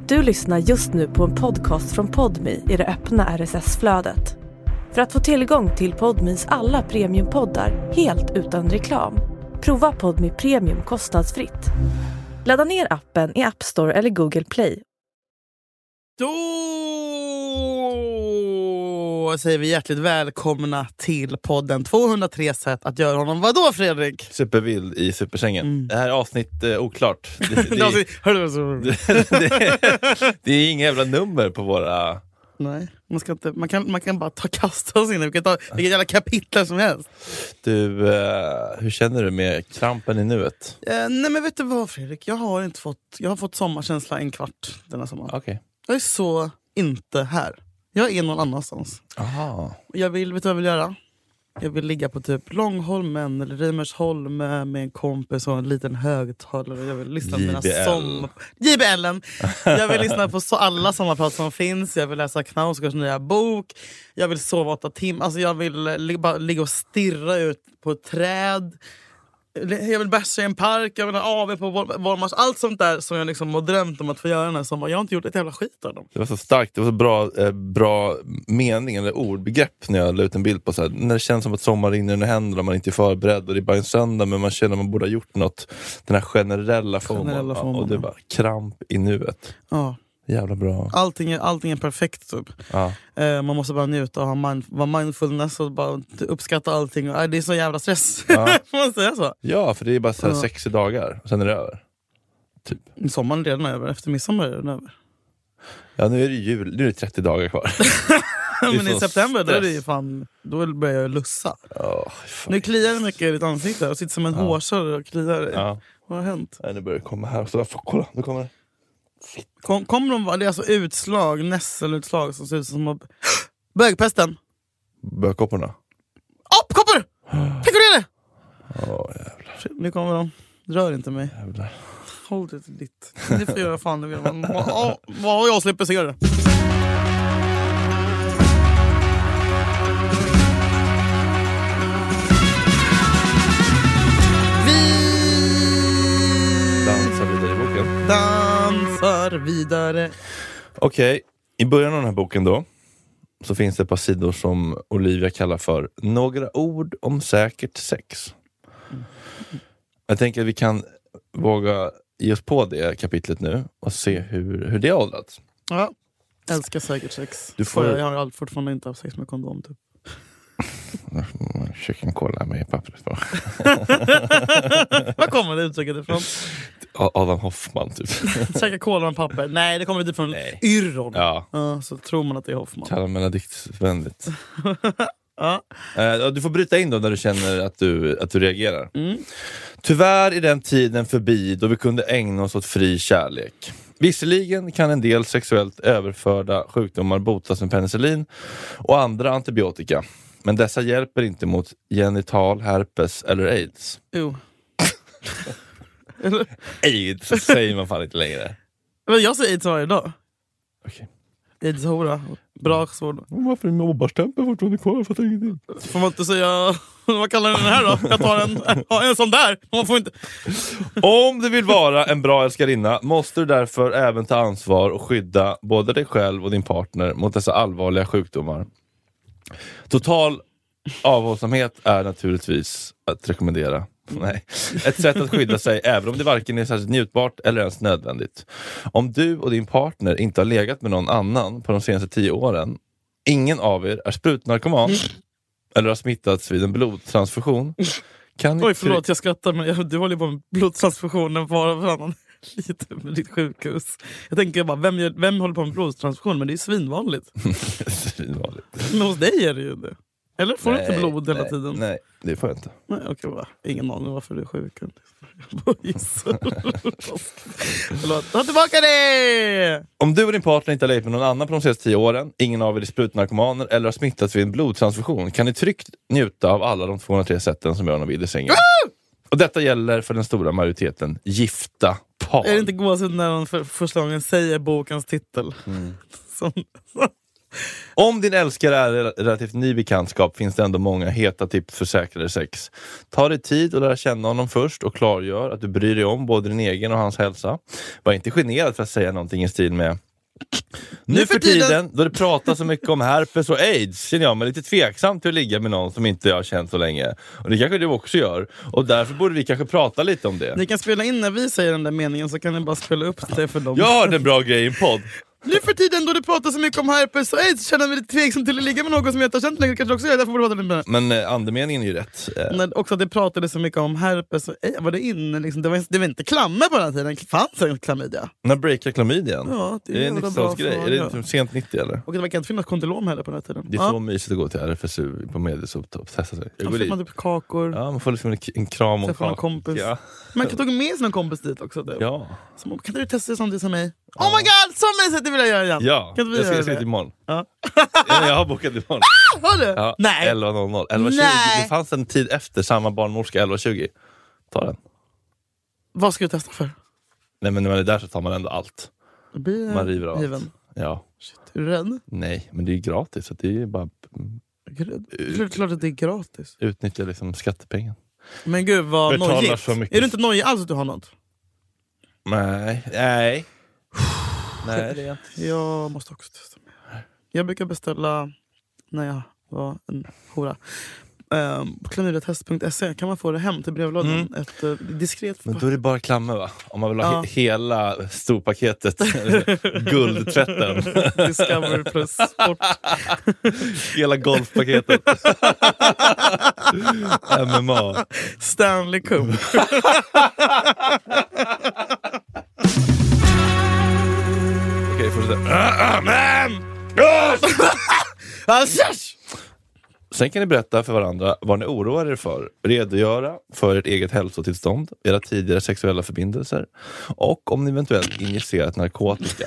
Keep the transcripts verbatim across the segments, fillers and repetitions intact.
Du lyssnar just nu på en podcast från Podmi i det öppna R S S-flödet. För att få tillgång till Podmis alla premiumpoddar helt utan reklam, prova Podmi Premium kostnadsfritt. Ladda ner appen i App Store eller Google Play. Då säger vi hjärtligt välkomna till podden tvåhundratre sätt att göra honom. Vadå, Fredrik? Supervild i supersängen. Mm. Det här är avsnitt eh, oklart. Det, det, det, det, det är inga jävla nummer på våra... Nej, man, ska inte, man, kan, man kan bara ta kasta oss in. Vi kan ta vilket jävla kapitel som helst. Du, eh, hur känner du med krampen i nuet? Eh, nej men vet du vad, Fredrik? Jag har inte fått, jag har fått sommarkänsla en kvart denna sommar. Okej. Okay. Jag är så inte här. Jag är någon annanstans. Aha. Jag vill, vet du vad jag vill göra? Jag vill ligga på typ Långholmen eller Rimersholm med, med en kompis och en liten högtalare. Jag vill lyssna på mina sommar... J B L. Jag vill lyssna på så alla sommarprat som finns. Jag vill läsa Knausgårds nya bok. Jag vill sova åtta timmar. Alltså jag vill li- bara ligga och stirra ut på ett träd. Jag vill bärsa i en park. Jag vill ha A V på Walmart. Allt sånt där som jag liksom har drömt om att få göra den här sommaren. Jag har inte gjort ett jävla skit av dem. Det var så starkt. Det var så bra, eh, bra mening eller ordbegrepp när jag la ut en bild på så här, när det känns som att sommar rinner under händerna och man inte är förberedd och det är bara en söndag men man känner att man borde ha gjort något. Den här generella formen. Ja, och det är bara kramp i nuet. Ja. Jävla bra. Allting är, allting är perfekt typ. Ja. Eh, man måste bara njuta och ha mind, vara mindfulness och bara uppskatta allting. Eh, det är så jävla stress. Ja. Får man säga så? Ja, för det är bara så här ja. sextio dagar. Sen är det över. Typ. Sommaren är redan över. Efter midsommar är den över. Ja, nu är det jul. Nu är det trettio dagar kvar. Men i september då är det ju fan, då börjar jag lussa. Oh, nu kliar det mycket i ditt ansikte. Jag sitter som en ja. hårsare och kliar. Ja. Vad har hänt? Nej, nu börjar det komma här. Så, kolla, nu kommer det. Kom, kommer de, det är alltså utslag, nässelutslag som ser ut som bögpesten. Bögkopporna. Apkoppor! Fick du det? Åh, jävlar. Nu kommer de. Rör inte mig. Jävlar. Håll det till ditt. Ni får göra fan du vill. Vad jag slipper se det. Dansar vidare i boken. Dansar vidare. Okej, okay. I början av den här boken då så finns det ett par sidor som Olivia kallar för några ord om säkert sex. Mm. Jag tänker att vi kan våga ge oss på det kapitlet nu och se hur, hur det har åldrats. Ja, älskar säkert sex. Du får... Jag har fortfarande inte haft sex med kondom typ. Chicken cola med pappret på. Var kommer det uttrycket ifrån? Adam Hoffman typ. Käka cola med papper. Nej, det kommer inte från Nej. Yrron. Ja. Ja, så tror man att det är Hoffman. Karamelladiktsvänligt. Ja. Du får bryta in då när du känner att du, att du reagerar. Mm. Tyvärr är den tiden förbi då vi kunde ägna oss åt fri kärlek. Visserligen kan en del sexuellt överförda sjukdomar botas med penicillin och andra antibiotika. Men dessa hjälper inte mot genital herpes eller aids. Jo. AIDS säger man fan inte längre. Men jag säger aids varje dag. Okej. Aids hora. Bra svård. Varför är mobbarstämpeln fortfarande kvar? Jag fattar ingenting. Får man inte säga... Vad kallar den här då? Jag tar en, en sån där. Man får inte... Om du vill vara en bra älskarinna måste du därför även ta ansvar och skydda både dig själv och din partner mot dessa allvarliga sjukdomar. Total avhållsamhet är naturligtvis att rekommendera. Nej. Ett sätt att skydda sig även om det varken är särskilt njutbart eller ens nödvändigt. Om du och din partner inte har legat med någon annan på de senaste tio åren, ingen av er är sprutnarkoman eller har smittats vid en blodtransfusion, kan ni... Oj, förlåt, jag skrattar, men jag, du håller på med blodtransfusionen var varannan lite med ditt sjukhus. Jag tänker bara, vem, gör, vem håller på med blodtransfusion? Men det är svinvanligt. Svinvanligt. Men hos dig är det ju det. Eller får nej, du inte blod hela nej, tiden? Nej, det får jag inte. Nej, okej, va. Ingen aning varför du är sjuk. Förlåt, ta tillbaka det! Om du och din partner inte har levt med någon annan på de senaste tio åren, ingen av er är sprutnarkomaner eller har smittats vid en blodtransfusion, kan ni tryggt njuta av alla de tvåhundratre sätten som gör honom vid i sängen. Och detta gäller för den stora majoriteten gifta par. Är det inte gåsigt när de för första gången säger bokens titel? Mm. Som, så, Om din älskare är relativt ny bekantskap finns det ändå många heta tips för säkrare sex. Ta dig tid att lära känna honom först och klargör att du bryr dig om både din egen och hans hälsa. Var inte generad för att säga någonting i stil med: Nu för tiden, då det pratar så mycket om herpes och aids, känner jag mig lite tveksam till att ligga med någon som inte jag har känt så länge. Och det kanske du också gör. Och därför borde vi kanske prata lite om det. Ni kan spela in när vi säger den där meningen, så kan ni bara spela upp det för dem. Jag har en bra grej i en podd. Nu för tiden, då det pratar så mycket om herpes och aids, känner jag mig lite tveksam till att ligga med någon som jag inte har känt länge. Kanske också gör, därför borde prata lite med. Men eh, andemeningen är ju rätt. Eh. Men också att det pratade så mycket om herpes och aids. Var det inne liksom? Det var, det var inte klammer på den här tiden. Det fanns en klamydia. När breakar klamydian? Ja, det är, är det en nittiotalsgrej? Är det inte sent nittio eller? Och det verkar inte finnas kondylom heller på den här tiden. Det är ja. så mysigt att gå till R F S U på Medis och testa sig. Jag Då går får man dit. typ kakor. Ja, man får liksom en, en kram och träffa någon kompis. Ja. Man kan ta med sina kompis dit också. Typ. Ja. Så man, kan du testa det samtidigt som mig? Ja. Oh my god, så mysigt, det vill jag göra igen. Ja, kan vi jag ska, göra jag ska det? dit imorgon. Ja. ja, jag har bokat imorgon. Ah, har du? Ja, Nej. elva noll noll. elva tjugo. Det fanns en tid efter samma barnmorska, elva tjugo. Ta den. Vad ska du testa för? Nej, men när man är där så tar man ändå allt. Blir Man river av given. allt. Ja. Shit, är du rädd? Nej, men det är ju gratis. Så det är ju bara Det är klart att det är gratis. utnyttja liksom skattepengen. Men gud vad Betalar nojigt. så mycket. Är du inte nojig alls att du har något? Nej, nej. Nej, det är inte. Jag måste också testa mer. Jag brukar beställa när jag var en hora. Um, klamydiatest punkt se kan man få det hem till brevlådan. Mm. Ett uh, diskret. Men då är det bara klammer, va? Om man vill ha Ja. he- hela storpaketet. Guldtvätten. Discover plus sport. Hela golfpaketet. M M A. Stanley Cup. Okej, fortsätt. Sen kan ni berätta för varandra vad ni oroar er för. Redogöra för ert eget hälsotillstånd, era tidigare sexuella förbindelser och om ni eventuellt injicerat narkotika.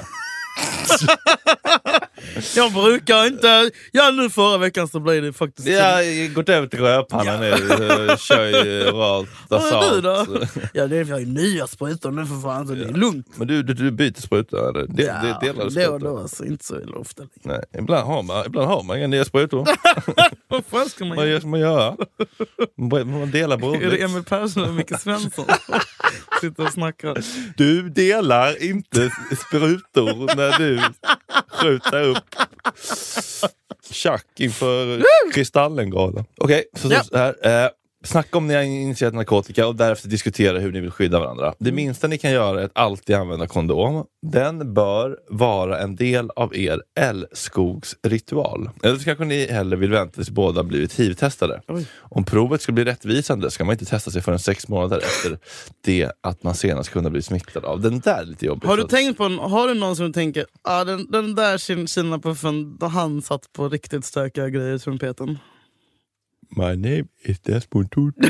Jag brukar inte. Ja, nu förra veckan så blev det faktiskt. Jag har gått över till rödpannan nu. Kör ju rakt Vad är du då? salt. Ja, det är för jag är nya sprutor nu för fan, så det är lugnt. Men du, du, du byter sprutor eller? Det, Ja, det delar du det sprutor? var då alltså inte så ofta. Nej, ibland har man, ibland har man inga nya sprutor. Vad fan ska man Vad göra? gör man göra? Man delar på Är det Emil Persson och Micke Svensson? Sitter och snackar. Du delar inte sprutor när du skjuter upp tjack inför Kristallengalan. Okej, okay, så, Ja. så här. Eh, snacka om ni har initierat narkotika och därefter diskutera hur ni vill skydda varandra. Det minsta ni kan göra är att alltid använda kondom. Den bör vara en del av er älskogsritual. Eller så kanske ni hellre vill vänta tills båda blivit H I V-testade. Oj. Om provet ska bli rättvisande ska man inte testa sig förrän sex månader efter det att man senast kunde bli smittad av. Den där är lite jobbigt. Har du tänkt på en, har du någon som du tänker, ah, den, den där kin- Kina-puffen, han satt på riktigt stökiga grejer i trumpeten? My name is Desmond Tutu.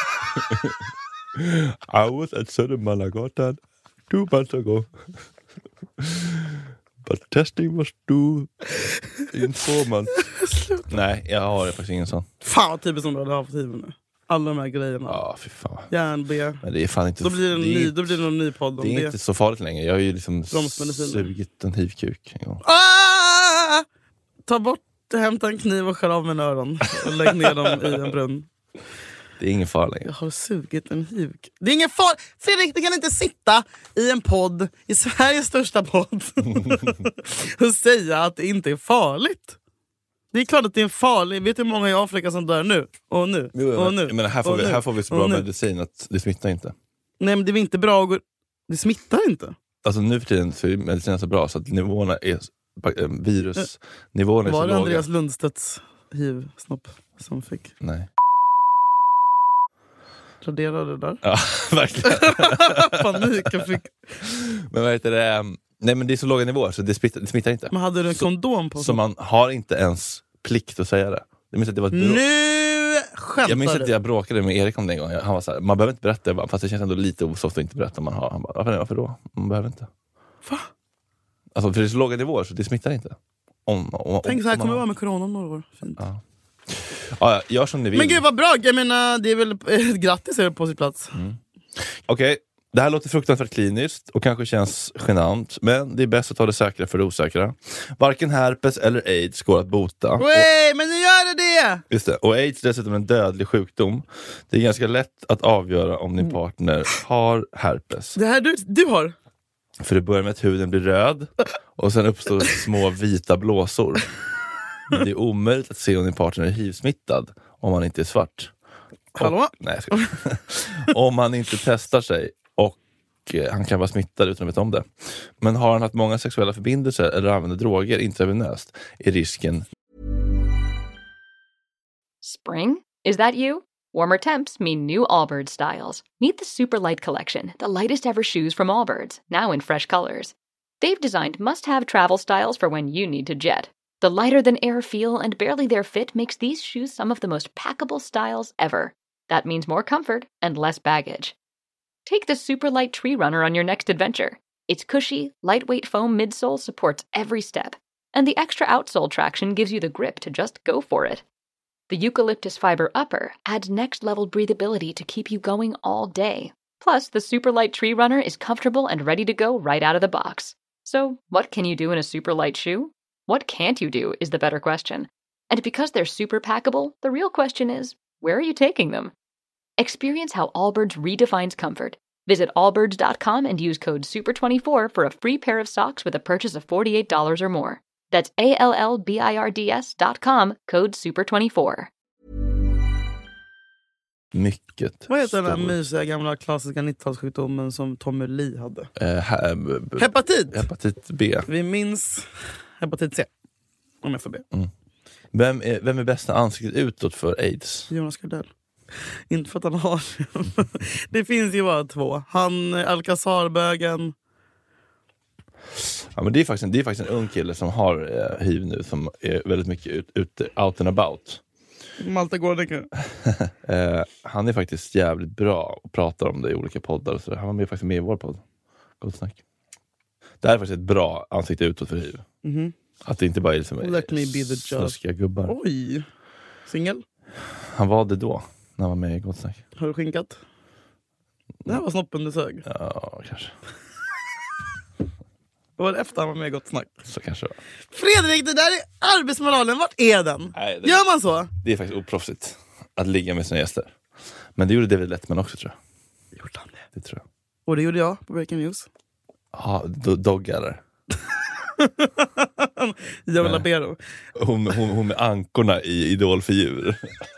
I was at Södermannagatan two months ago. But testing was due in four months. Nej, jag har det faktiskt ingen sån. Fan vad typiskt som du hade haft H I V nu. Alla de här grejerna. Ja, fy fan. Järn-B. Men det är fan inte... Då blir det en det är, ny, då blir det någon ny podd om det är det. inte så farligt längre. Jag har ju liksom Bromsmediciner. sugit en H I V-kuk en gång. Ah! Ta bort, hämta en kniv och skär av mina öron och lägg ner dem i en brunn. Det är ingen fara längre. Jag har sugit en H I V. Det är ingen far. Fredrik, du kan inte sitta i en podd, i Sveriges största podd, och säga att det inte är farligt. Det är klart att det är farligt. Vet du hur många i Afrika som dör nu? Och nu? Jo, och men, nu? men här, får och vi, nu. här får vi så och bra nu. medicin att det smittar inte. Nej, men det är inte bra att gå... Det smittar inte. Alltså nu för tiden så är medicinen så bra så att nivåerna är äh, virusnivåerna är så Var det låga. Andreas Lundstedts H I V-snopp som fick? Nej. Radera det där. Ja, verkligen. Panik, jag fick... Men vad heter det? Nej, men det är så låga nivåer så det smittar, det smittar inte. Men hade du en Så- kondom på? Så man har inte ens plikt att säga det. Jag minns att det var ett brå- Nu skämtar Jag minns du. att jag bråkade med Erik om det en gång. Han var så här, man behöver inte berätta. Jag bara, fast det känns ändå lite osoft att inte berätta om man har. Han bara, varför, varför då? Man behöver inte. Va? Alltså för det är så låga nivåer så det smittar inte. Om, om, Tänk så här om kommer det man- vara med corona om några år. Fint. Ja. Ja, ja, gör som ni vill. Men gud vad bra, jag menar det är väl eh, grattis är det på sin plats. Okej, Det här låter fruktansvärt kliniskt och kanske känns genant, men det är bäst att ta det säkra för det osäkra. Varken herpes eller aids går att bota. Nej, men nu gör det det! Just det. Och aids är dessutom en dödlig sjukdom. Det är ganska lätt att avgöra om din partner har herpes. Det här du, du har? För det börjar med att huden blir röd och sen uppstår små vita blåsor. Det är omöjligt att se om din partner är hiv-smittad om man inte är svart. Hallå? Och, nej, jag ska... om man inte testar sig och eh, han kan vara smittad utan att veta om det. Men har han haft många sexuella förbindelser eller använder droger intravenöst är risken. Spring? Is that you? Warmer temps mean new Allbirds styles. Meet the Superlight Collection, the lightest ever shoes from Allbirds, now in fresh colors. They've designed must-have travel styles for when you need to jet. The lighter-than-air feel and barely-there fit makes these shoes some of the most packable styles ever. That means more comfort and less baggage. Take the Superlight Tree Runner on your next adventure. Its cushy, lightweight foam midsole supports every step, and the extra outsole traction gives you the grip to just go for it. The eucalyptus fiber upper adds next-level breathability to keep you going all day. Plus, the Superlight Tree Runner is comfortable and ready to go right out of the box. So, what can you do in a Superlight shoe? What can't you do is the better question. And because they're super packable, the real question is, where are you taking them? Experience how Allbirds redefines comfort. Visit allbirds dot com and use code super twenty-four for a free pair of socks with a purchase of forty-eight dollars or more. That's A L L B I R D S dot com, code super twenty-four. Mycket. Vad heter den här mysiga gamla klassiska nittiotalssjukdomen som Tommy Lee hade? Eh, ha, b- b- Hepatit! Hepatit B. Vi minns hepatit C. Om jag får be. Mm. Vem är, vem är bästa ansiktet utåt för aids? Jonas Gardell. Inte för att han har det finns ju bara två. Han, Alcazar-bögen. Ja, men det är faktiskt en, det är faktiskt en ung kille som har eh, hiv nu, som är väldigt mycket ut, ut, out and about. Malte Gårdäcker. eh, han är faktiskt jävligt bra och pratar om det i olika poddar och så. Han var med, faktiskt med i vår podd. Gott snack. Det här är faktiskt ett bra ansikte utåt för hiv. Mm-hmm. Att det inte bara är liksom Let me be the snuskiga gubbar. Oj. Singel? Han var det då, när han var med i Gott snack. Har du skinkat? Det här var snoppen du sög. Ja, kanske. Det var det efter han var med i Gott snack. Så kanske det var. Fredrik, det där är arbetsmoralen. Vart är den? Nej, det, Gör man så? Det är faktiskt oproffsigt att ligga med sina gäster. Men det gjorde David Letterman också, tror jag. Gjorde han det? Det tror jag. Och det gjorde jag på Breaking News. Ja, do- dogg eller? Jag Labero. Hon, hon, hon med ankorna i Idol för djur.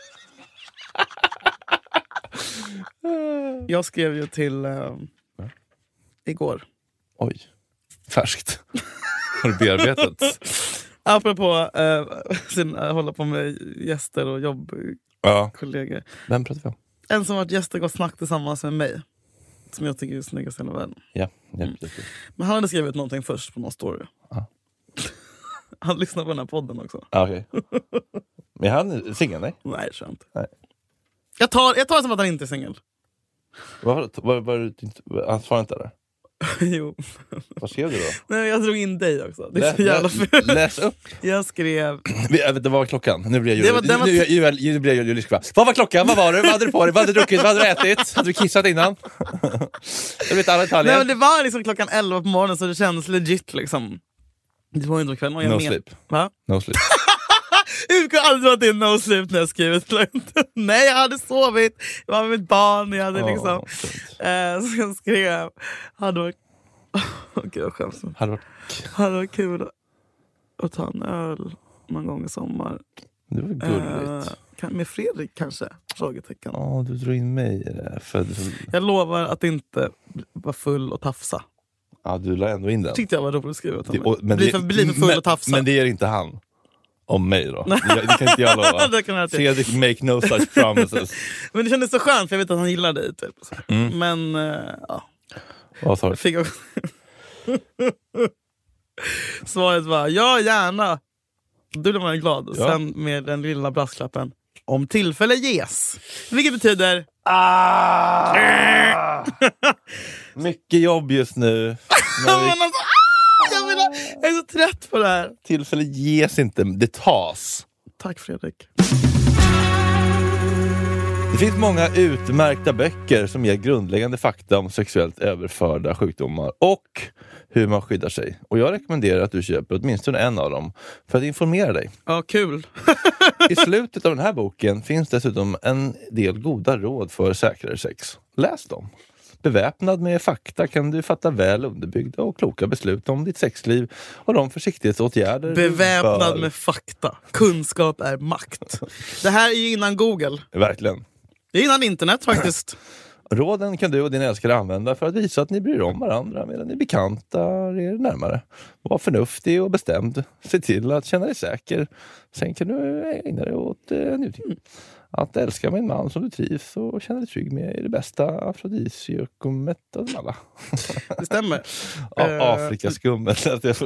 Jag skrev ju till äh, igår. Oj, färskt. Har du bearbetat? Apropå äh, sin, äh, hålla på med gäster och jobbkollegor. Ja. Vem pratar vi om? En som varit gäster Gott snack tillsammans med mig. Som jag tycker är snyggast i hela världen. Ja, ja, mm. Men han hade skrivit någonting först på någon story. Ja. Han lyssnar på den här podden också. Ah, okej. Okay. Men han singel, nej? Nej, det tror jag inte. Nej. Jag tar, jag tar det som att han inte är singel. Vad var, var det inte? Han svarade inte där? Jo. Vad skrev du då? Nej, jag drog in dig också. Det är läs, så jävla läs, läs upp. Jag skrev... Det var klockan. Nu blir jag det var, det var nu, nu, nu, nu blir jag Juliska. Vad var klockan? Vad var det? Vad hade du på dig? Vad hade du druckit? Vad hade du ätit? Hade du kissat innan? Jag vet alla detaljer. Nej, men det var liksom klockan elva på morgonen, så det kändes legit liksom. Det var inte kvällen. No sleep. Va? No sleep. Jag kan aldrig vara till no sleep när jag skrivit. Nej, jag hade sovit. Jag var med mitt barn. Jag hade oh, liksom... Eh, så jag skrev... Hade varit... Oh, Gud, jag skäms. Hade varit... Hade varit kul att ta en öl någon gång i sommar. Det var gulligt. Eh, kan, med Fredrik kanske? Frågetecken. Ja, oh, du drog in mig i det. För... Jag lovar att inte vara full och tafsa. Ja, du la ändå in den. Tyckte jag var roligt skrivet. Det, och, men bli, det, för, bli för full men, och tafsa. Men det är inte han. Om mig då. Det, det kan inte jag lova. Det kan jag inte. Fredrik make no such promises. Men det kändes så skönt, för jag vet att han gillar dig typ. Mm. Men, uh, ja. Vad sa du? Fick jag... Svaret var, ja gärna. Då blev man glad. Och ja. Sen med den lilla brasklappen. Om tillfälle ges. Vilket betyder... Ah! Mycket jobb just nu. Men vi... alltså, ah! jag, vill ha... jag är så trött på det här. Tillfälle ges inte, det tas. Tack Fredrik. Det finns många utmärkta böcker som ger grundläggande fakta om sexuellt överförda sjukdomar och hur man skyddar sig. Och jag rekommenderar att du köper åtminstone en av dem för att informera dig. Ja, kul. I slutet av den här boken finns dessutom en del goda råd för säkrare sex. Läs dem. Beväpnad med fakta kan du fatta väl underbyggda och kloka beslut om ditt sexliv och de försiktighetsåtgärder. Beväpnad bör... med fakta. Kunskap är makt. Det här är ju innan Google. Verkligen. Det är innan internet faktiskt. Råden kan du och din älskare använda för att visa att ni bryr om varandra medan ni bekantar er närmare. Var förnuftig och bestämd. Se till att känna dig säker. Sen kan du ägna dig åt eh, njutning. Att älska med en man som du trivs och känner dig trygg med är det bästa afrodisiakumet av dem alla. Det stämmer. Afrikaskummet.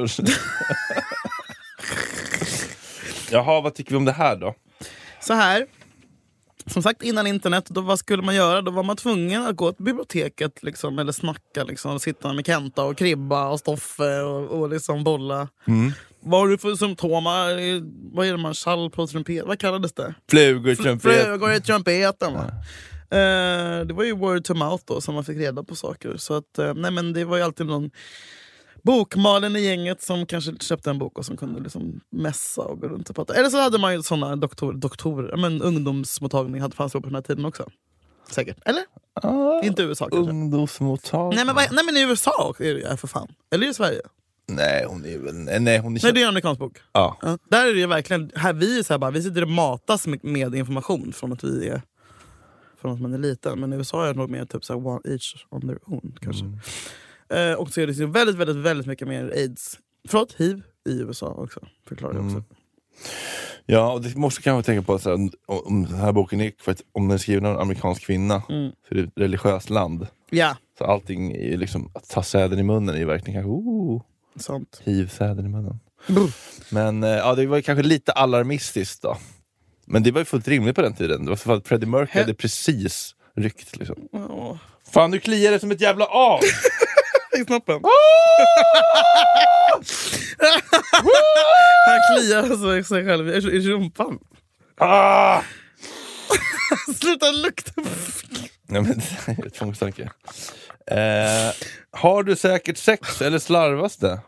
Jaha, vad tycker vi om det här då? Så här. Som sagt, innan internet, då, vad skulle man göra? Då var man tvungen att gå till biblioteket liksom, eller snacka liksom, och sitta med Kenta och Kribba och Stoffe och, och liksom bolla. Mm. Vad har du för symptomer? Vad är det man schall på trumpet? Vad kallades det? Flugor i trumpet. Flugor i trumpeten, va? Ja. Uh, det var ju word to mouth då, som man fick reda på saker. Så att, uh, nej men det var ju alltid någon bokmalen i gänget som kanske köpte en bok och som kunde liksom mässa och gå runt och prata. Eller så hade man ju sådana doktor, doktorer, men ungdomsmottagning hade fanns på den här tiden också. Säkert, eller? Ah, inte i U S A kanske. Ungdomsmottagning. Nej men, nej men i U S A är det ju för fan. Eller i Sverige. Nej, hon är väl... Nej, hon är nej det är en amerikansk bok. Ja. Ja. Där är det ju verkligen... Här vi är så här bara, vi sitter och matas med, med information från att vi är... Från att man är liten. Men i U S A är det nog mer typ så här one each on their own kanske. Mm. Eh, och så är det ju väldigt, väldigt, väldigt mycket mer AIDS. Förlåt, hiv i U S A också. Förklarar jag också. Mm. Ja, och det måste kanske tänka på så här, om den här boken är för att om den är skriven av en amerikansk kvinna mm. så är det ett religiöst land. Ja. Så allting är ju liksom, att ta säden i munnen är ju verkligen kanske, oh, sant. Hiv-säden i munnen. Mm. Men ja, det var ju kanske lite alarmistiskt då. Men det var ju fullt rimligt på den tiden. Det var för att Freddie Mercury He- hade precis ryckt liksom. Oh. Fan, du kliar det som ett jävla as! I snoppen. Han kliar alltså sig själv i, i rumpan. Ah! Sluta lukta. Nej, men det är ett tvångstanke. Eh, har du säkert sex eller slarvas det?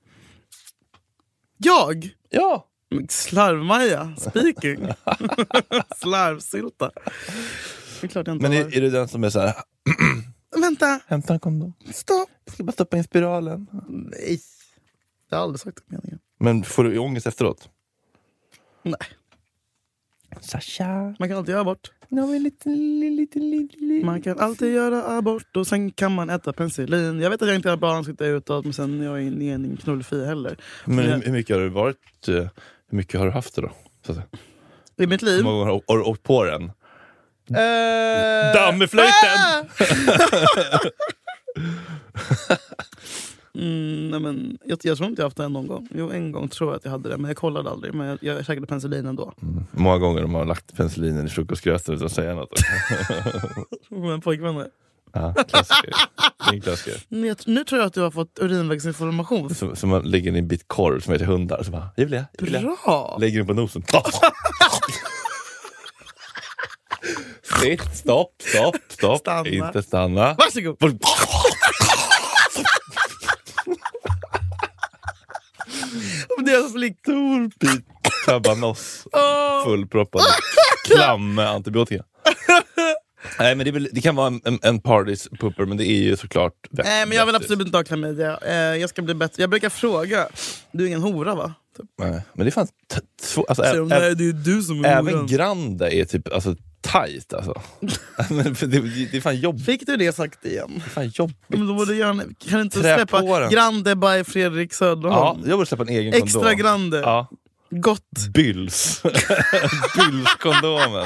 Jag? Ja. Slarvmaja, speaking. Slarvsylta. Det är klart jag inte men är, har. är du den som är så här... Vänta. Hämta en kondom. Stopp. Jag ska bara stoppa in spiralen. Nej. Jag har aldrig sagt det meningen. Men får du ångest efteråt? Nej. Sasha. Man kan alltid göra abort. No, lite, lite, lite, lite. Man kan alltid göra abort och sen kan man äta penicillin. Jag vet att jag inte är barn sitta utåt, men sen är jag in i en knullfi heller. Men jag... hur mycket har du varit? Hur mycket har du haft det då? Så att... I mitt liv? Hur många gånger har du åkt på den? Uh... Dammeflöjten! Ah! mm, nej men, jag, jag tror inte jag haft det någon gång. Jo, en gång tror jag att jag hade det, men jag kollade aldrig. Men jag, jag käkade penicillin ändå. Mm. Många gånger de har lagt penicillinen i frukostgröten utan att säga något. Men pojkvänner. Ja, klassiker. Det är klassiker. Nu, nu tror jag att du har fått urinvägsinformation. Som, som man lägger i en bit korv som heter hundar. Så bara, Julia, Julia. Bra! Lägger den på nosen. Sitt, stopp, stopp, stopp. Stanna. Inte stanna. Varsågod. Det är så likt stor bit tabanos. Oh. Fullproppad. Klam med antibiotika. Nej, men det, väl, det kan vara en, en parties pupper, men det är ju såklart bättre. Nej, men jag vill absolut inte ha klamydia. Eh, jag ska bli bättre. Jag brukar fråga. Du är ingen hora, va? Typ. Nej, men det fanns t- två, alltså, ä- nej, det är du som är även horan. Grande är typ alltså tight alltså. Men det, det är fan jobbigt. Fick du det sagt igen? Det är fan jobbigt. Men då borde jag, kan du inte Trä släppa Grande by Fredrik Söderholm? Ja, jag borde släppa en egen Extra kondom. Grande. Ja. Gott. Byls. Bylskondomen.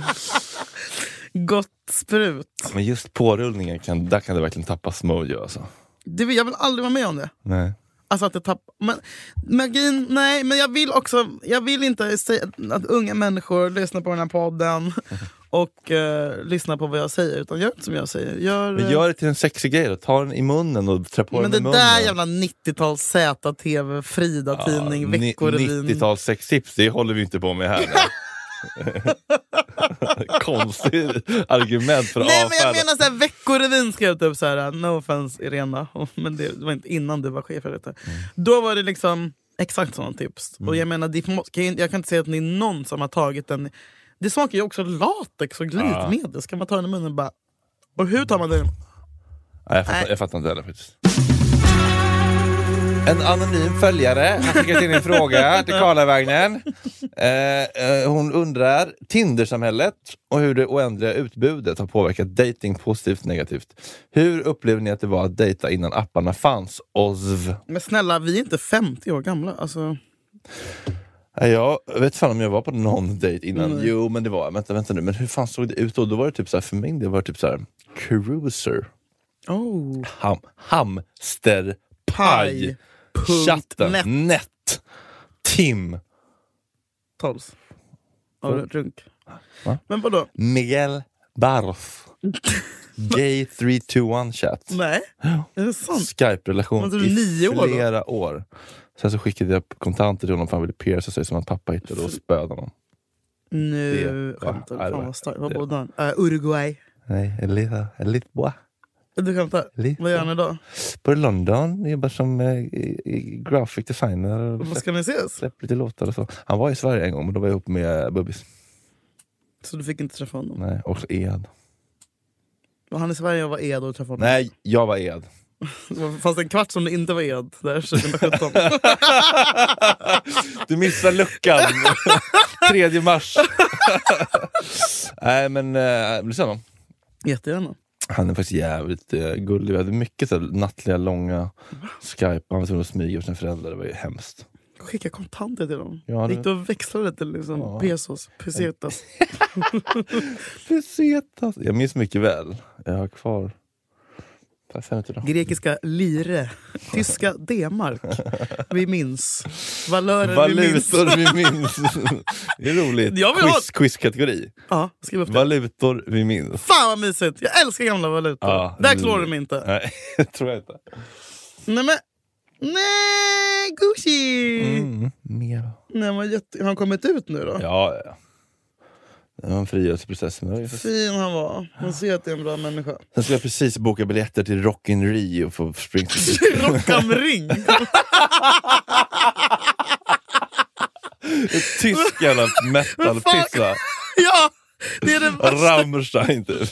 Gott sprut. Men just pårullningen, kan, där kan det verkligen tappa mojo alltså. Det vill, jag vill aldrig vara med om det. Nej. Alltså att det tappar... Men, magin, nej, men jag vill också... Jag vill inte säga att unga människor lyssnar på den här podden och uh, lyssnar på vad jag säger, utan gör inte som jag säger. Gör, men gör det till en sexig grej då. Ta den i munnen och trä på men den i munnen. Men det där jävla nittio-tals Z T V, Frida-tidning, ja, Veckorevyn. nittio-tals sextips, det håller vi inte på med här. Konstigt argument för att Nej, avfärda. men jag menar såhär, Veckorevyn skrev typ såhär, no offense Irena, men det, det var inte innan du var chef för detta. Mm. Då var det liksom exakt sådana tips. Mm. Och jag menar, det, jag kan inte säga att ni är någon som har tagit den. Det smakar ju också latex och glidmedel. Ja. Ska man ta den i munnen och bara... Och hur tar man den? Ja, jag, fattar, jag fattar inte heller faktiskt. En anonym följare har skickat in en fråga till Karlavagnen. Eh, eh, hon undrar Tindersamhället och hur det oändliga utbudet har påverkat dating positivt negativt. Hur upplever ni att det var att dejta innan apparna fanns? Ozv. Men snälla, vi är inte femtio år gamla. Alltså... Jag vet fan om jag var på någon dejt innan. Mm. Jo, men det var, vänta, vänta nu. Men hur fan såg det ut då? Då var det typ så här, för mig det var typ så här cruiser. Oh. Ham, hamsterpaj. Chatten, net. net. Tim. Tals. Och oh, runk. Va? Men vadå? Miguel Barros. Gay tre två ett chat. Nej, är det sant? Skype-relation i flera år, år. Sen så skickade jag kontanter till honom för han ville pierca sig som att pappa hittade och spöda honom. Nu skämtar du. Fan vad starkt. Vad bodde han? Uh, Uruguay. Nej, Elita. Elitboa. Du skämtar? Vad gör han idag? På London. Jobbar som eh, graphic designer. Vad ska ni ses? Släpp lite låtar och så. Han var i Sverige en gång, men då var jag ihop med Bubbis. Så du fick inte träffa honom? Nej, också Ed. Var han i Sverige och var Ed och träffade honom? Nej, jag var Ed. Fast en kvart som det inte var Ed. Där tjugohundrasjutton. Du missar luckan. tredje mars. Nej, men äh, blir så. Jättegärna. Han är faktiskt jävligt uh, gullig. Vi hade mycket så här, nattliga, långa Skype. Han var tvungen att smyga för sina föräldrar. Det var ju hemskt. Skicka kontanter till dem. Ja, det... Gick du och växlade till liksom, ja. pesos, pesetas. Pesetas. Jag minns mycket väl. Jag har kvar... Grekiska lire. Tyska D-mark. Vi minns. Valörer Valutor vi minns. vi minns. Det är roligt. Quiz, ha... Quizkategori. Ja, skriv upp det. Valutor vi minns. Fan vad mysigt. Jag älskar gamla valutor. Ja, där klarar de inte. Nej, det tror jag inte. Nej men... Nej, Gucci! Mm, mer. Nej, men jätte... Har han kommit ut nu då? Ja, ja. Det var en frigörelseprocess. Fin han var. Man ser att det är en bra människa. Sen ska jag precis boka biljetter till Rock in Rio för Spring. Rock am Ring? Ett tysk jävla metal-pizza. Ja, det är det värsta. Rammstein typ.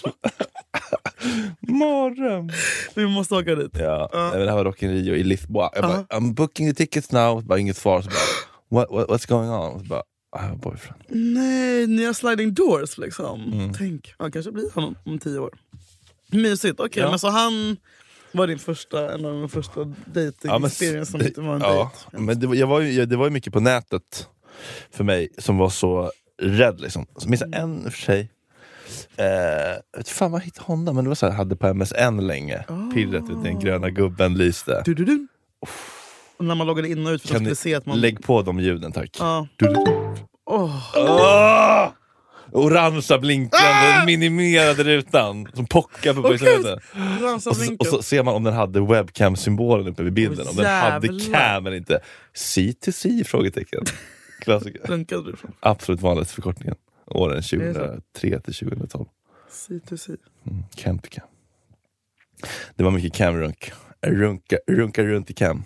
Morgon. Vi måste åka dit. Ja, uh. det här var Rock in Rio i Lisboa. Jag bara, uh. I'm booking the tickets now. Bara inget svar. Så bara, what, what, what's going on? Så bara, I have a boyfriend. Nej, nya sliding doors liksom. Mm. Tänk, han kanske blir han om, om tio år. Mysigt, okej. Okay, ja. Men så han var din första, en av de första dating ja, experience som inte var en ja, date. Men det var, jag var ju, det var ju mycket på nätet för mig som var så rädd liksom. Så minns jag en för sig. Eh, jag vet fan vad hittade hon då? Men det var så här, hade på M S N länge. Oh. Pirret, den gröna gubben lyste. Du, du, du. Och när man loggade in och ut för att se att man... Lägg på de ljuden, tack. Ja. Du, du, du. Oh. Oh! Orangea blinkande, ah! Minimerade rutan som pockar på okay. och, så, och så ser man om den hade webcam-symbolen uppe vid bilden. Oh, om den hade cam eller inte. C to C, frågetecken. Klassiker. Lunkade du från? Absolut vanligt förkortningen. Åren tjugohundratre till tjugohundratolv. C to C. Mm, cam to cam. Det var mycket cam-runk. Runka, runka runt i cam.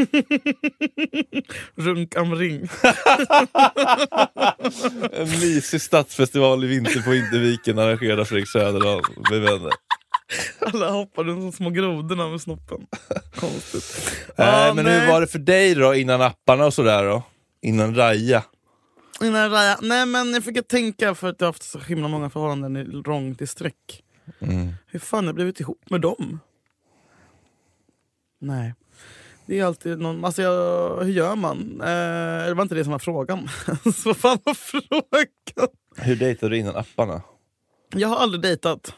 Runk am ring. En mysig stadsfestival i vinter på Interviken arrangerad av Fredrik Söderdahl med vänner. Alla hoppade som små grodorna med snoppen. Konstigt. äh, ah, Men nej. Hur var det för dig då innan apparna och sådär då? Innan Raja? Innan Raja? Nej men jag fick tänka för att jag har haft så himla många förhållanden i långt i sträck. Mm. Hur fan har jag blivit ihop med dem? Nej. Det är alltid någon... Alltså jag, hur gör man? Eh, det var inte det som var frågan. Så vad fan var frågan? Hur dejtade du innan apparna? Jag har aldrig dejtat.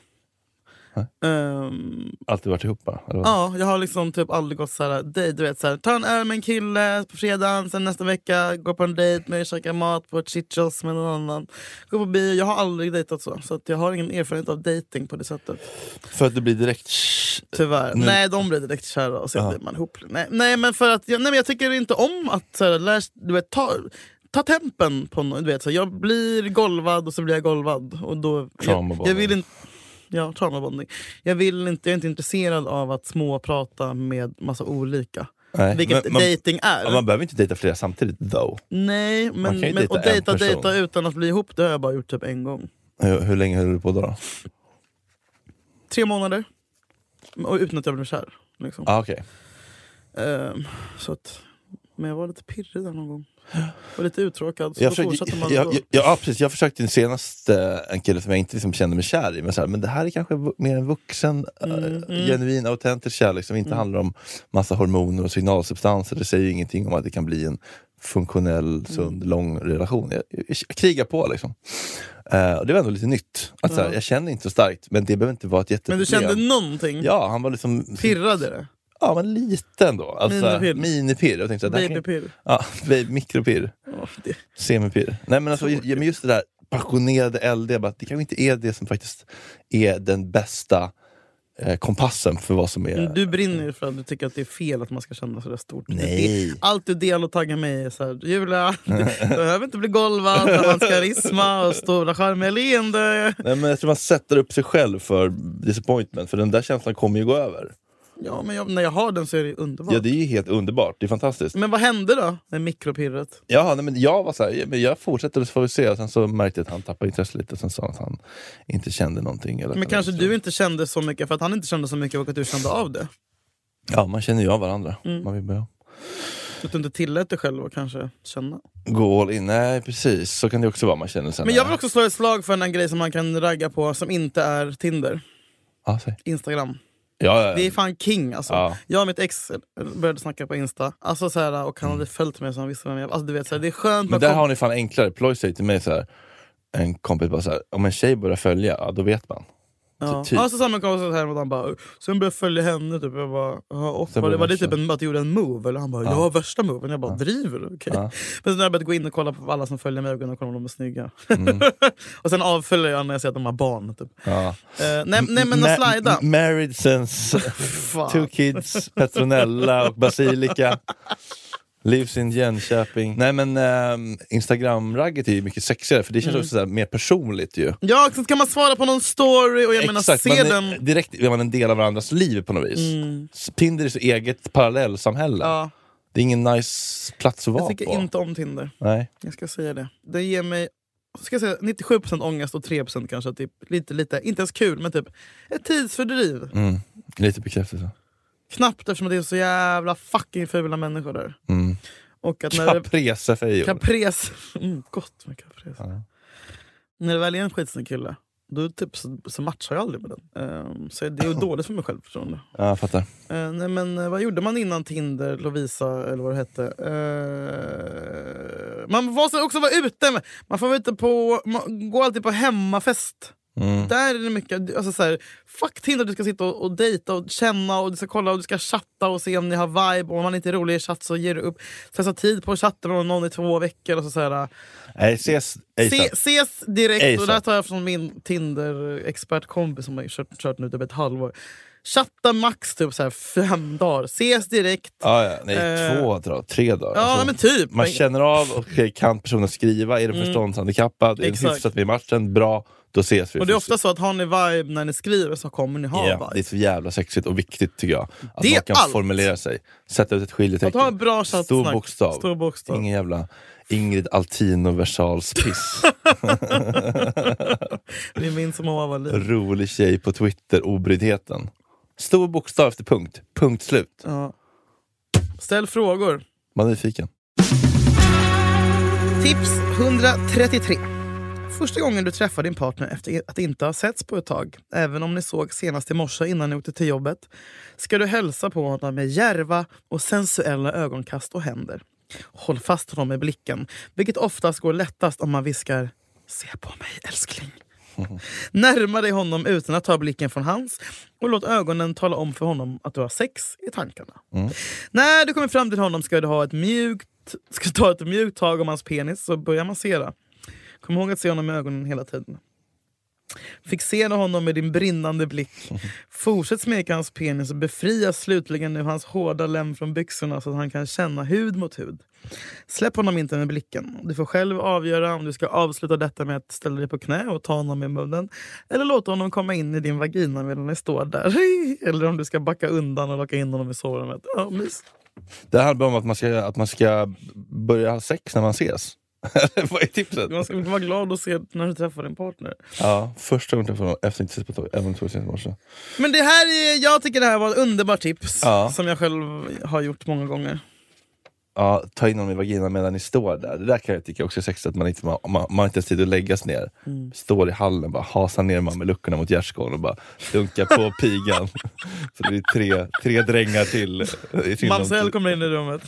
Um, Alltid varit ihop bara? Eller? Ja, jag har liksom typ aldrig gått så här, dejt, du vet så här, ta en öl med en kille på fredagen, sen nästa vecka gå på en dejt med, käka mat på ett chichos med någon annan, gå på bio. Jag har aldrig dejtat så, så att jag har ingen erfarenhet av dating på det sättet. För att det blir direkt tyvärr. Nu. Nej, de blir direkt kära och sen blir man ihop. Nej, nej men för att jag, nej, men jag tycker inte om att så här, lär, du vet, ta ta tempen på något, du vet, så jag blir golvad och så blir jag golvad och då jag, jag vill inte ja, traumabonding. Jag vill inte jag är inte intresserad av att småprata med massa olika. Nej, vilket men, man, dating är. Man behöver inte dejta flera samtidigt though. Nej, men, men och dejta dejta utan att bli ihop, det har jag bara gjort typ en gång. Hur, hur länge höll du på då? då? Tre månader. Och utan att jag blev kär liksom. Ah, okej. Okay. Um, så att men jag var lite pirrig där någon gång. Och lite uttråkad. Så jag, då försökte, jag, jag, jag, ja, precis. Jag försökte senast uh, en kille som jag inte liksom kände mig kär i. Men, så här, men det här är kanske v- mer en vuxen, uh, mm, mm. genuin, autentisk kärlek som inte mm. handlar om massa hormoner och signalsubstanser. Det säger ingenting om att det kan bli en funktionell, sund, mm. lång relation. Jag, jag, jag krigar på liksom. Uh, och det var ändå lite nytt. Att, ja. så här, jag känner inte så starkt, men det behöver inte vara ett jätteproblem. Men du kände någonting? Ja, han var liksom... Pirrade det? Ja, men lite ändå. Alltså, minipirr. Minipirr. Jag tänkte, babypirr. Kan... Ja, baby, mikropirr. Oh, det... Semipirr. Nej, men alltså, men just det där passionerade L D, bara, det kanske inte är det som faktiskt är den bästa eh, kompassen för vad som är... Du brinner för att du tycker att det är fel att man ska känna sådär stort. Nej. Allt du delar och taggar mig är såhär, Julia, du behöver inte bli golvad när man ska risma och stora charmiga leende. Nej, men jag tror man sätter upp sig själv för disappointment, för den där känslan kommer ju gå över. Ja, men jag, när jag har den så är det underbart. Ja, det är ju helt underbart. Det är fantastiskt. Men vad hände då med mikropirret? Ja, nej, men jag var så här, men jag fortsatte så får vi se. Och sen så märkte jag att han tappade intresse lite. Och sen sa att han inte kände någonting. Eller men kanske du inte kände så mycket för att han inte kände så mycket och att du kände av det? Ja, man känner ju av varandra. Mm. Man vill börja. Att du inte tillät dig själv att kanske känna. Gå all in, nej precis. Så kan det också vara, man känner sen. Men jag vill också slå ett slag för en grej som man kan ragga på som inte är Tinder. Ah, säg. Instagram. Ja, ja. Det är fan king alltså. Ja. Jag och mitt ex började snacka på Insta. Alltså så här, och han hade följt mig som han visste vem jag. Alltså du vet så här, det är skönt. Men där kom... har ni fan enklare. Ploy säger till mig så här, en kompis bara så här, om en tjej börjar följa, ja, då vet man. Ja, typ. Alltså samma kompis här och han bara, sen började följa henne typ. Jag bara, och var det, var det typ en, att du gjorde en move? Eller han bara, ja, ja värsta moven. Jag bara, ja. driver du? Okay. Ja. Men sen har jag börjat gå in och kolla på alla som följer mig och kolla om de är snygga. Mm. Och sen avföljer jag när jag ser att de har barn typ. Ja. Uh, nej, nej men att Ma- slida. Married since two kids, Petronella och Basilika. Lives in Jönköping. Nej men um, Instagram-ragget är ju mycket sexigare. För det känns mm. också så här, mer personligt ju. Ja, så kan man svara på någon story. Och jag Exakt, menar, se den. Direkt är man en del av varandras liv på något vis. Mm. Tinder är så eget parallellsamhälle. Ja. Det är ingen nice plats att vara på. Jag tycker inte om Tinder. Nej. Jag ska säga det. Det ger mig ska jag säga, nittiosju procent ångest och tre procent kanske. Typ, lite, lite, inte ens kul, men typ ett tidsfördriv. Mm. Lite bekräftelse. Knappt eftersom det är så jävla fucking fula människor där. Mm. Och att när caprese fejor. Caprese. Mm, gott med caprese. Ja. När det väl är en skitsnygg kille, då typ så, så matchar jag aldrig med den. Um, så det är ju dåligt för mig själv, förstående. Ja, jag fattar. Uh, nej, men uh, vad gjorde man innan Tinder, Lovisa eller vad det hette? Uh, man får också vara ute. Man får vara ute på, man går alltid på hemmafest. Mm. Där är det mycket, alltså så här, fuck Tinder, du ska sitta och, och dejta och känna och du ska kolla och du ska chatta och se om ni har vibe, och om man inte är rolig i chatt så ger du upp. Sätta tid på att chatta med någon i två veckor och så, så här. Nej, ses, se, ses direkt A S A P. Och där tar jag från min Tinder-expertkompis som har kört, kört nu typ ett halvår. Chatta max typ så här fem dagar. Ses direkt. Ah, ja. Nej, eh, två dagar, tre dagar. Ja, alltså, men typ. Man känner av, okay, kan personen skriva? Är det mm. förståndshandikappad? Är det hyfsat vid matchen? Bra, då ses vi. Och det är ofta så att har ni vibe när ni skriver så kommer ni ha yeah, vibe. Det är så jävla sexigt och viktigt tycker jag. Att det man kan allt. formulera sig. Sätta ut ett skiljetecken. Att ha en bra chatt. Stor bokstav. Stor bokstav. Ingen jävla Ingrid Altino Versals piss. Det är min som har var liv. Rolig tjej på Twitter, obryddheten. Stor bokstav efter punkt. Punkt slut. Ja. Ställ frågor. Man är nyfiken. Tips etthundratrettiotre. Första gången du träffar din partner efter att inte ha setts på ett tag, även om ni såg senast i morse innan ni åkte till jobbet, ska du hälsa på honom med djärva och sensuella ögonkast och händer. Håll fast honom med blicken, vilket oftast går lättast om man viskar "Se på mig, älskling". Mm. Närma dig honom utan att ta blicken från hans och låt ögonen tala om för honom att du har sex i tankarna. Mm. När du kommer fram till honom ska du ha ett mjukt ska ta ett mjukt tag om hans penis och börja massera. Kom ihåg att se honom i ögonen hela tiden. Fixera honom med din brinnande blick. Fortsätt smeka hans penis och befria slutligen nu hans hårda lem från byxorna så att han kan känna hud mot hud. Släpp honom inte med blicken. Du får själv avgöra om du ska avsluta detta med att ställa dig på knä och ta honom i munnen. Eller låta honom komma in i din vagina medan ni står där. Eller om du ska backa undan och locka in honom i sovrummet. Ja, mys. Det handlar om att man ska, att man ska börja ha sex när man ses. Vad är tipset? Man ska vara glad att se när du träffar din partner. Ja, första gången träffade jag efter inte sett på tåg. Även tog sen morse. Men det här är, jag tycker det här var ett underbart tips. Ja. Som jag själv har gjort många gånger. Ja, ta in honom i vagina medan ni står där. Det där kan jag tycka också är sexigt. Att man inte, man, man, man inte ens tid att läggas ner. Mm. Står i hallen, bara hasar ner man med luckorna mot gärdsgården och bara dunkar på pigan. Så det är tre, tre drängar till. Marcel kommer in i rummet.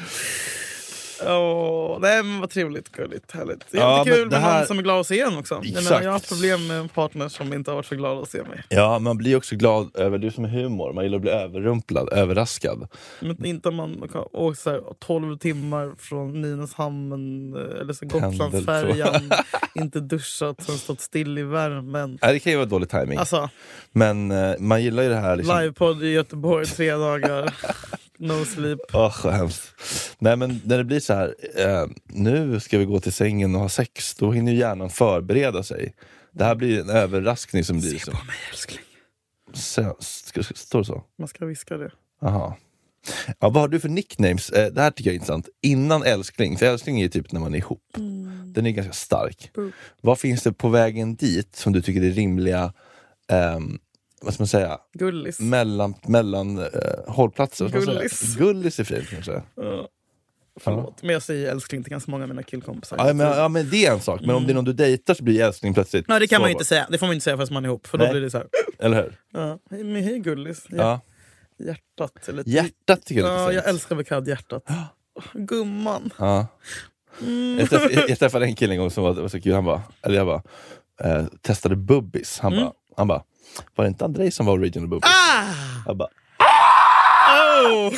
Åh, nej men vad trevligt, gulligt, härligt. Det är ja, kul med här... någon som är glad att se en också. Jag, menar, jag har haft problem med en partner som inte har varit så glad att se mig. Ja, man blir också glad över du som är humor. Man gillar att bli överrumplad, överraskad. Men inte om man åker så här tolv timmar från Nynäshamn eller så Gotlandsfärjan, inte duschat, sen stått still i värmen. Nej, det kan ju vara dålig timing. Alltså, men uh, man gillar ju det här liksom... Livepodd i Göteborg tre dagar. No sleep. Åh, oh, hemskt. Nej, men när det blir så här, eh, nu ska vi gå till sängen och ha sex, då hinner ju hjärnan förbereda sig. Det här blir en överraskning som blir Se så. på mig, älskling. Så, ska, ska, står det så? Man ska viska det. Aha. Ja, vad har du för nicknames? Eh, det här tycker jag är intressant. Innan älskling, för älskling är ju typ när man är ihop. Mm. Den är ganska stark. Mm. Vad finns det på vägen dit som du tycker är rimliga... Ehm, vad ska man säga? Gullis. Mellan, mellan uh, hållplatser. Gullis. Gullis är fint kanske. Uh, förlåt, ja. Men jag säger älskling till ganska många av mina killkompisar. Ja men, ja, men det är en sak. Men mm. om det är någon du dejtar så blir älskling plötsligt. Nej, det kan man ju inte säga. Det får man inte säga fast man är ihop. För Nej. Då blir det så här. Eller hur? Ja, men hej Gullis. Hjärt- ja. Hjärtat. Eller hjärtat tycker jag är Ja, jag älskar väl kallad hjärtat. Gumman. Ja. Mm. Jag, träffade, jag, jag träffade en kille en gång som var, var så kul. Han bara, eller jag bara, eh, testade bubbis. Han mm. bara, han bara, var det inte Andrei som var original bubbis? Ah! Jag bara... Oh!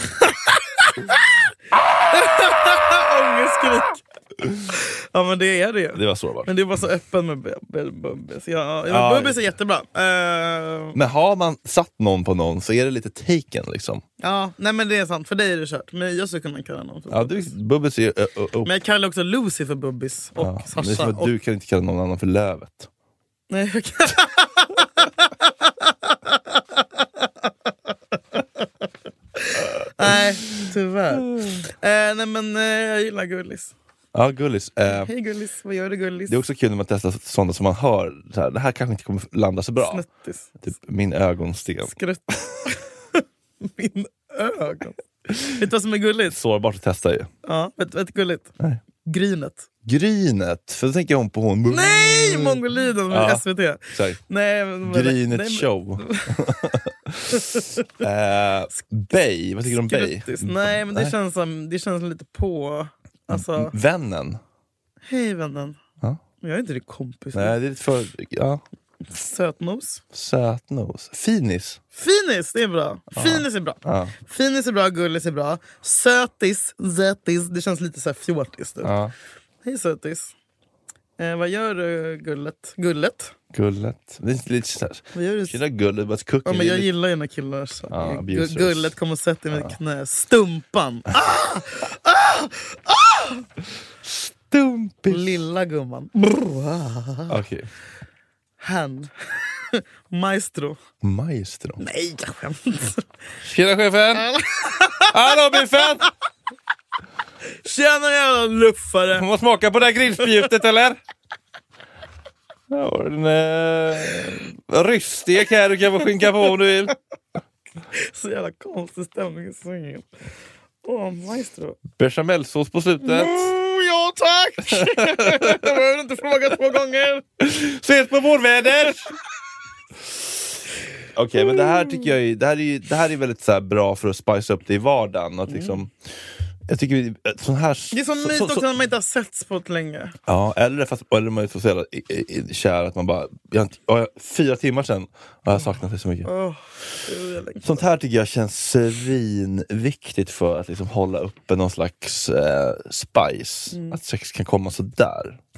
Ångestskrik. Ja men det är det. Det var sårbart. Men det var så öppen med bubbis. Ja, ja, bubbis är jättebra. Uh... Men har man satt någon på någon så är det lite taken liksom. Ja, nej men det är sant. För dig är det kört. Men jag skulle kunna kalla någon för ja, bubbis. Du, bubbis är uh, uh, uh. Men jag kallar också Lucy för bubbis. Och ja, Sasha. Det är som att och... du kan inte kalla någon annan för Lövet. Nej, jag kan... Nej, tyvärr. Eh, nej men eh, jag gillar Gullis. Ja, Gullis. Eh, Hej Gullis, vad gör du Gullis? Det är också kul när man testar sådana som man hör. Så här, det här kanske inte kommer landa så bra. Snuttis. Typ min ögonsten. Skrutt. Min ögon. Vet du vad som är gulligt? Sårbart att testa ju. Ja, vet du gulligt? Nej. Grynet. Grynet, för då tänker jag om på hon. Nej, Mongoliden med ja, S V T. Nej, men, Grynet nej, show. uh, Bay, vad tycker du om Bay? Nej, men det nej. känns som det känns lite på alltså... Vännen. Hej vännen. Ja. Jag är inte din kompis. Nej, det är lite för ja. Sötnos. Sötnos. Finis. Finis, det är bra. Ja. Finis är bra. Ja. Finis är bra, gullis är bra. Sötis, zötis, det känns lite så här fjortis. Ja. Hej sötis. Eh, vad gör du gullet? Gullet? Gullet. Det är lite så här. Vad gör du? Kina gullet, bara cooking. Ja, men jag gillar ju när killar så. Ja, Gu- gullet kommer och sätter i mitt ja. knä. Stumpan. Ah! Ah! Ah! Stumpis. Lilla gumman. Okej. Okay. Hand. Maestro. Maestro? Nej, jag skämt. Tjena chefen. Hallå biffen. Tjena jävla luffare. Man måste smaka på det här grillspjutet eller? Ja, en äh, rystek här du kan få skinka på om du vill. Så jävla konstig stämning i svängen. Åh, oh, maestro. Bechamelsås på slutet. Mm, ja tack. Jag behöver inte fråga två gånger. Ses på vårväder. Okej, okay, men det här tycker jag är, det här är, det här är väldigt så här bra för att spice upp det i vardagen. Att liksom, mm. jag tycker sån här... Det är som mysigt också när man inte har setts på ett länge. Ja, eller, fast, eller man är så jävla kär att man bara... Jag, jag, fyra timmar sedan har jag saknat det så mycket. Oh, sånt här tycker jag känns svinviktigt för att liksom hålla uppe någon slags eh, spice. Mm. Att sex kan komma så där.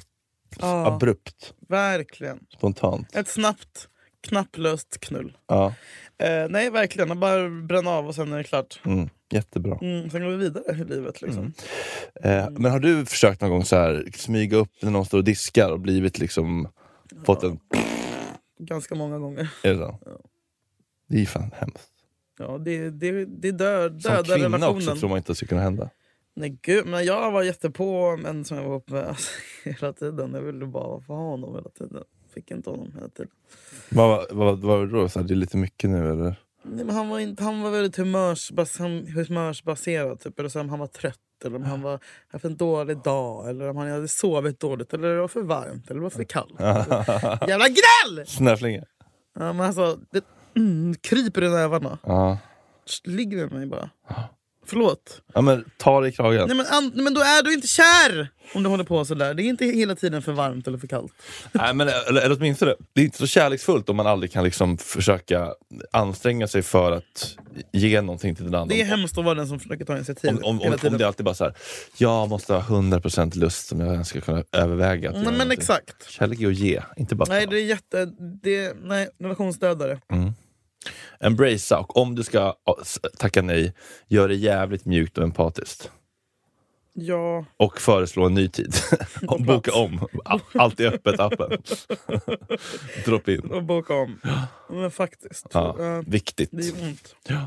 Ja, abrupt. Verkligen. Spontant. Ett snabbt, knapplöst knull. Ja. Eh, nej, verkligen. Jag bara bränna av och sen är det klart. Mm, jättebra. Mm, sen går vi vidare i livet. Liksom. Mm. Eh, men har du försökt någon gång så här smyga upp när någon står och diskar och blivit liksom... Ja. Fått en... Ganska många gånger. Är det så? Ja. Det är fan hemskt. Ja, det, det, det dör, döda som kvinna relationen. Också tror man inte att det ska kunna hända. Nej gud, men jag var jättepå en som jag var uppe med alltså, hela tiden. Jag ville bara få ha honom hela tiden. Fick inte honom hela tiden. Vad vad var det då? Så här, det är lite mycket nu eller? Nej, men han var inte, han var väldigt humörsbas, humörsbaserad typ. Eller så om han var trött. Eller om han var haft en dålig dag. Eller om han hade sovit dåligt. Eller det var för varmt. Eller det var för kallt. Jävla gnäll! Snäflinge. Ja, men alltså, det mm, kryper i nävarna. Ja. Ligger med mig bara. Förlåt. Ja, men ta det i kragen. Nej, men, an, men då är du inte kär om du håller på så där. Det är inte hela tiden för varmt eller för kallt. Nej, men eller, eller åtminstone det är inte så kärleksfullt om man aldrig kan liksom försöka anstränga sig för att ge någonting till den andra. Det är hemskt att vara den som försöker ta initiativ. Om, om, om, om det är alltid bara så här, jag måste ha hundra procent lust som jag ska kunna överväga. Att nej, men någonting. exakt. Kärlek är att ge, inte bara Nej, ta. det är jätte... Det, nej, relationsdödare. Mm. Embracea, och om du ska tacka nej, gör det jävligt mjukt och empatiskt. Ja. Och föreslå en ny tid. Och boka om. Allt är öppet, appen. Drop in. Och boka om. Men faktiskt. Ja, uh, viktigt. Det är ont. Ja.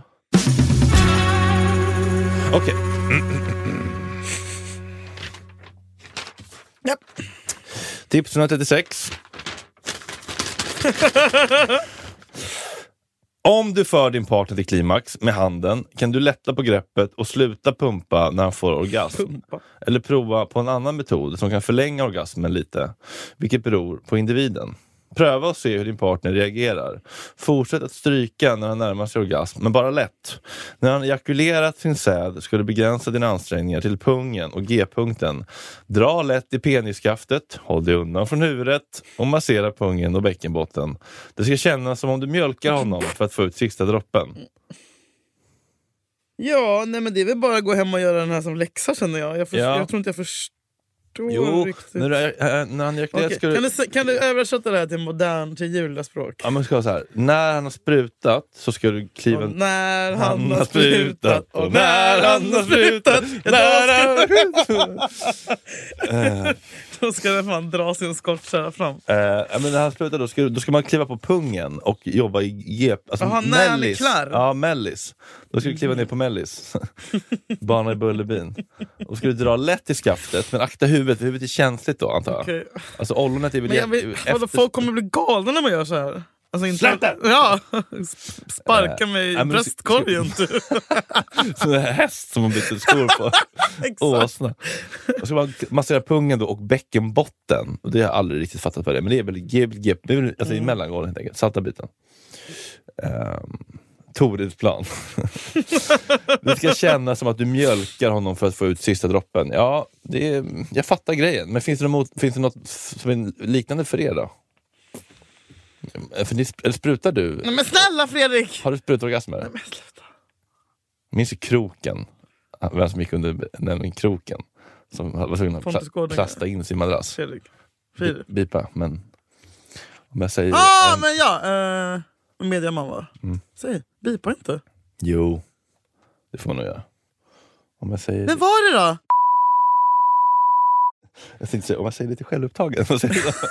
Okej. Okay. Yep. Tips etthundratrettiosex. Om du för din partner till klimax med handen kan du lätta på greppet och sluta pumpa när han får orgasm. Pumpa. Eller prova på en annan metod som kan förlänga orgasmen lite, vilket beror på individen. Pröva och se hur din partner reagerar. Fortsätt att stryka när han närmar sig orgasm, men bara lätt. När han ejakulerat sin säd ska du begränsa dina ansträngningar till pungen och G-punkten. Dra lätt i penisskaftet, håll dig undan från huvudet och massera pungen och bäckenbotten. Det ska kännas som om du mjölkar honom för att få ut sista droppen. Ja, nej men det är väl bara att gå hem och göra den här som läxa, känner jag. Jag, för, Ja. jag tror inte jag förstår Jo, riktigt. när, du, äh, när han ejakulerat Okay. ska du... Kan, du, kan du översätta det här till modern, till judaspråk? Ja, men ska så här. När han har sprutat så ska du kliva... Och när han, Han har har sprutat, sprutat, och när han har sprutat, ja, när han har då, Eh, ska, då ska det fan dra sin skottkärra fram. eh, ja, men när han sprutar då ska, du- då ska man kliva på pungen och jobba i G... Alltså Jaha, när han är mellis. klar. Ja, mellis. Då ska du kliva ner på mellis. Bana i Bullerbyn. Då ska du dra lätt i skaftet, men akta huvudet, för huvudet är känsligt då, antar jag. Okej. Alltså ollonet är väl... Men jag vill, efter- vadå, folk kommer bli galna när man gör så här. Alltså inte, Sluta! ja, sparka Eh, mig i ja, men- bröstkorgen typ. Som en häst som man byter skor på. Exakt. Åsna. Och så man massera pungen då och bäckenbotten. Och det har jag aldrig riktigt fattat vad det är. Men det är väl G B G, det är väl, alltså i mellangården helt enkelt. Salta biten. Um, Torids plan. Det ska kännas som att du mjölkar honom för att få ut sista droppen. Ja, det är, jag fattar grejen. Men finns det, något, finns det något som är liknande för er då? För ni, eller sprutar du? Nej, men snälla Fredrik! Har du sprutorgasmer? Nej, men sluta. Minns du kroken? Vem som gick under den kroken? Som var tvungen att Pontus pla- Gårdinger. plasta in sin madrass. Fredrik. Bi- Fredrik. Bipa, men... Om jag säger... Ah, en... men ja! Uh, Mediaman va? Mm. Säg, bipa inte. Jo, det får man nog göra. Om jag säger... Men var det då? Jag tänkte säga, om jag säger lite självupptagen. Åh,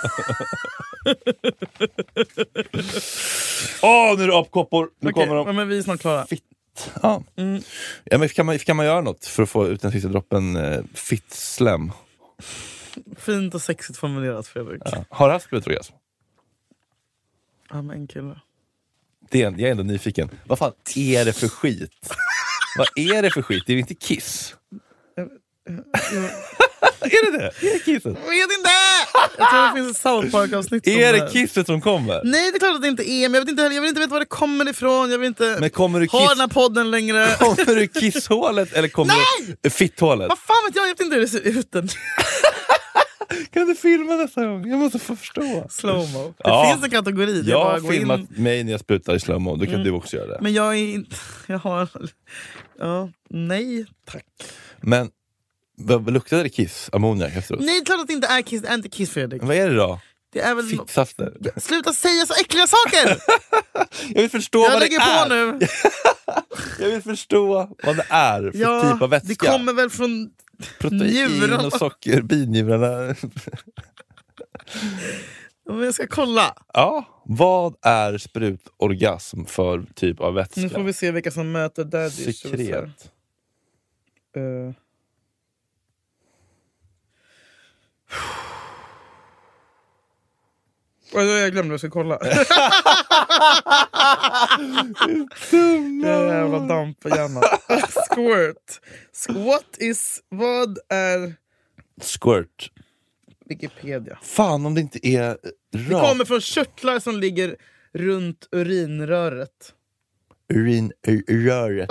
oh, nu är det apkoppor. Nu Okej, kommer de. ja, men vi är snart klara. Fitt. Ja. Mm. Ja, men kan man, kan man göra något för att få ut den sista droppen eh, fitt-slem? Fint och sexigt formulerat, Fredrik. Ja, Ja. Har du haft sprutorgasm? men en kille. Det är, jag är ändå nyfiken. Vad fan är det för skit? Vad är det för skit? Det är ju inte Kiss. Är det det? Är det Kisset? Jag vet inte! Jag tror det finns ett South Park-avsnitt. Är det Kisset som kommer? Nej, det är klart att det inte är. Men jag vet inte, heller- jag vill inte veta var det kommer ifrån. Jag vill inte Men kommer du ha kiss... den här podden längre. Kommer du kisshålet eller kommer du fitthålet? Vad fan vet jag? Jag vet inte hur det ser ut. Den. Kan du filma nästa gång? Jag måste få förstå. Slowmo. Det Ja. finns en kategori. där Jag bara har går filmat in. mig när jag sprutar i slowmo. Då kan Mm. du också göra det. Men jag är inte... Jag har... Ja, nej tack. Men Vad luktade det kiss? Ammoniak efteråt? Nej, klart att det inte är kiss. Det är inte kiss, Fredrik. Vad är det då? Det är väl... Fittsaster. Sluta säga så äckliga saker! Jag vill förstå jag vad det lägger är. på nu. Jag vill förstå vad det är för ja, typ av vätska. Det kommer väl från protein njurarna. Och socker, binjurarna. Men jag ska kolla. Ja, vad är sprutorgasm för typ av vätska? Nu får vi se vilka som möter daddy. Sekret. Uh. Jag glömde att jag ska kolla. Jävla damp på hjärnan. Squirt. What is... Vad är... Squirt. Wikipedia. Fan om det inte är rakt. Det kommer från körtlar som ligger runt urinröret. Urinröret.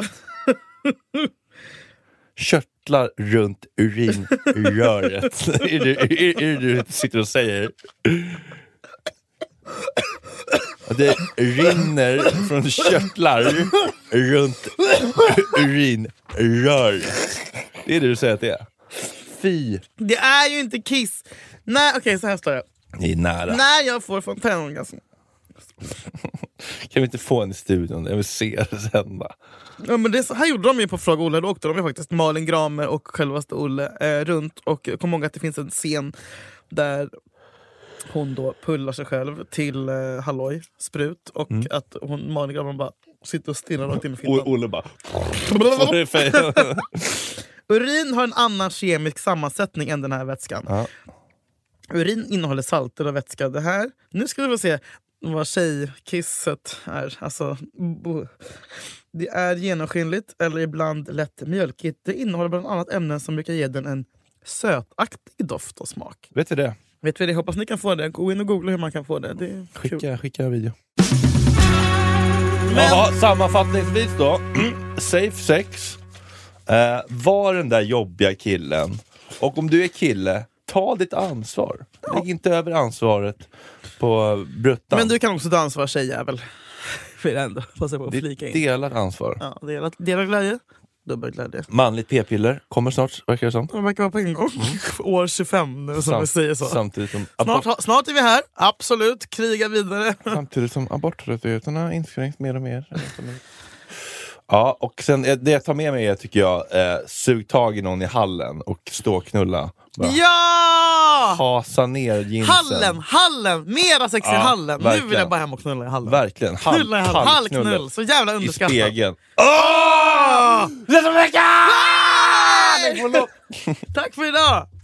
Körtlar runt urinröret. är, det, är, är det du sitter och säger? Att det rinner från körtlar runt urinröret. Det är det du säger att det är. Fy. Det är ju inte kiss. Nej, okej, okay, så här står det. Det är nära. När jag får fontänorgasm. Kan vi inte få en i studion? Jag vill se det hända. Ja, men det, så här gjorde de ju på Fråga Olle. Då åkte de ju faktiskt Malin Gramer och självaste Olle eh, runt. Och jag kommer ihåg att det finns en scen där hon då pullar sig själv till eh, halloj, sprut. Och mm. att hon, Malin Gramer bara sitter och stirrar rakt in i fittan. Olle bara... Urin har en annan kemisk sammansättning än den här vätskan. Ja. Urin innehåller salter och vätska. Det här, nu ska vi få se vad tjejkisset är. Alltså, det är genomskinligt eller ibland lätt mjölkigt. Det innehåller bland annat ämnen som brukar ge den en sötaktig doft och smak. Vet vi det? Vet vi det? Hoppas ni kan få det. Gå in och googla hur man kan få det. Det är skicka, kul. skicka en video. Men... Jaha, sammanfattningsvis då. Safe sex. Eh, var den där jobbiga killen. Och om du är kille, ta ditt ansvar. Ja. Lägg inte över ansvaret på bruttan. Men du kan också ta ansvar, tjejjävel. För det ändå. Passa på att flika in. Delat ansvar. Ja, delat, delat glädje. Dubbel glädje. Manligt p-piller kommer snart, verkar det som. Det verkar vara på en gång. Mm. År tjugofem nu, som Samt, vi säger så. Samtidigt som snart, ha, snart är vi här. Absolut. Kriga vidare. Samtidigt som aborträttigheterna inskränks mer och mer. Ja, och sen det jag tar med mig är, tycker jag, eh, sug tag i någon i hallen och stå och knulla. Bara ja! Hasa ner jeansen. Hallen, hallen, mera sex ja, i hallen. Verkligen. Nu vill jag bara hem och knulla i hallen. Verkligen. Hall, knulla i hallen. Hallknull, så jävla underskattat. I spegeln. Åh! Tack för idag!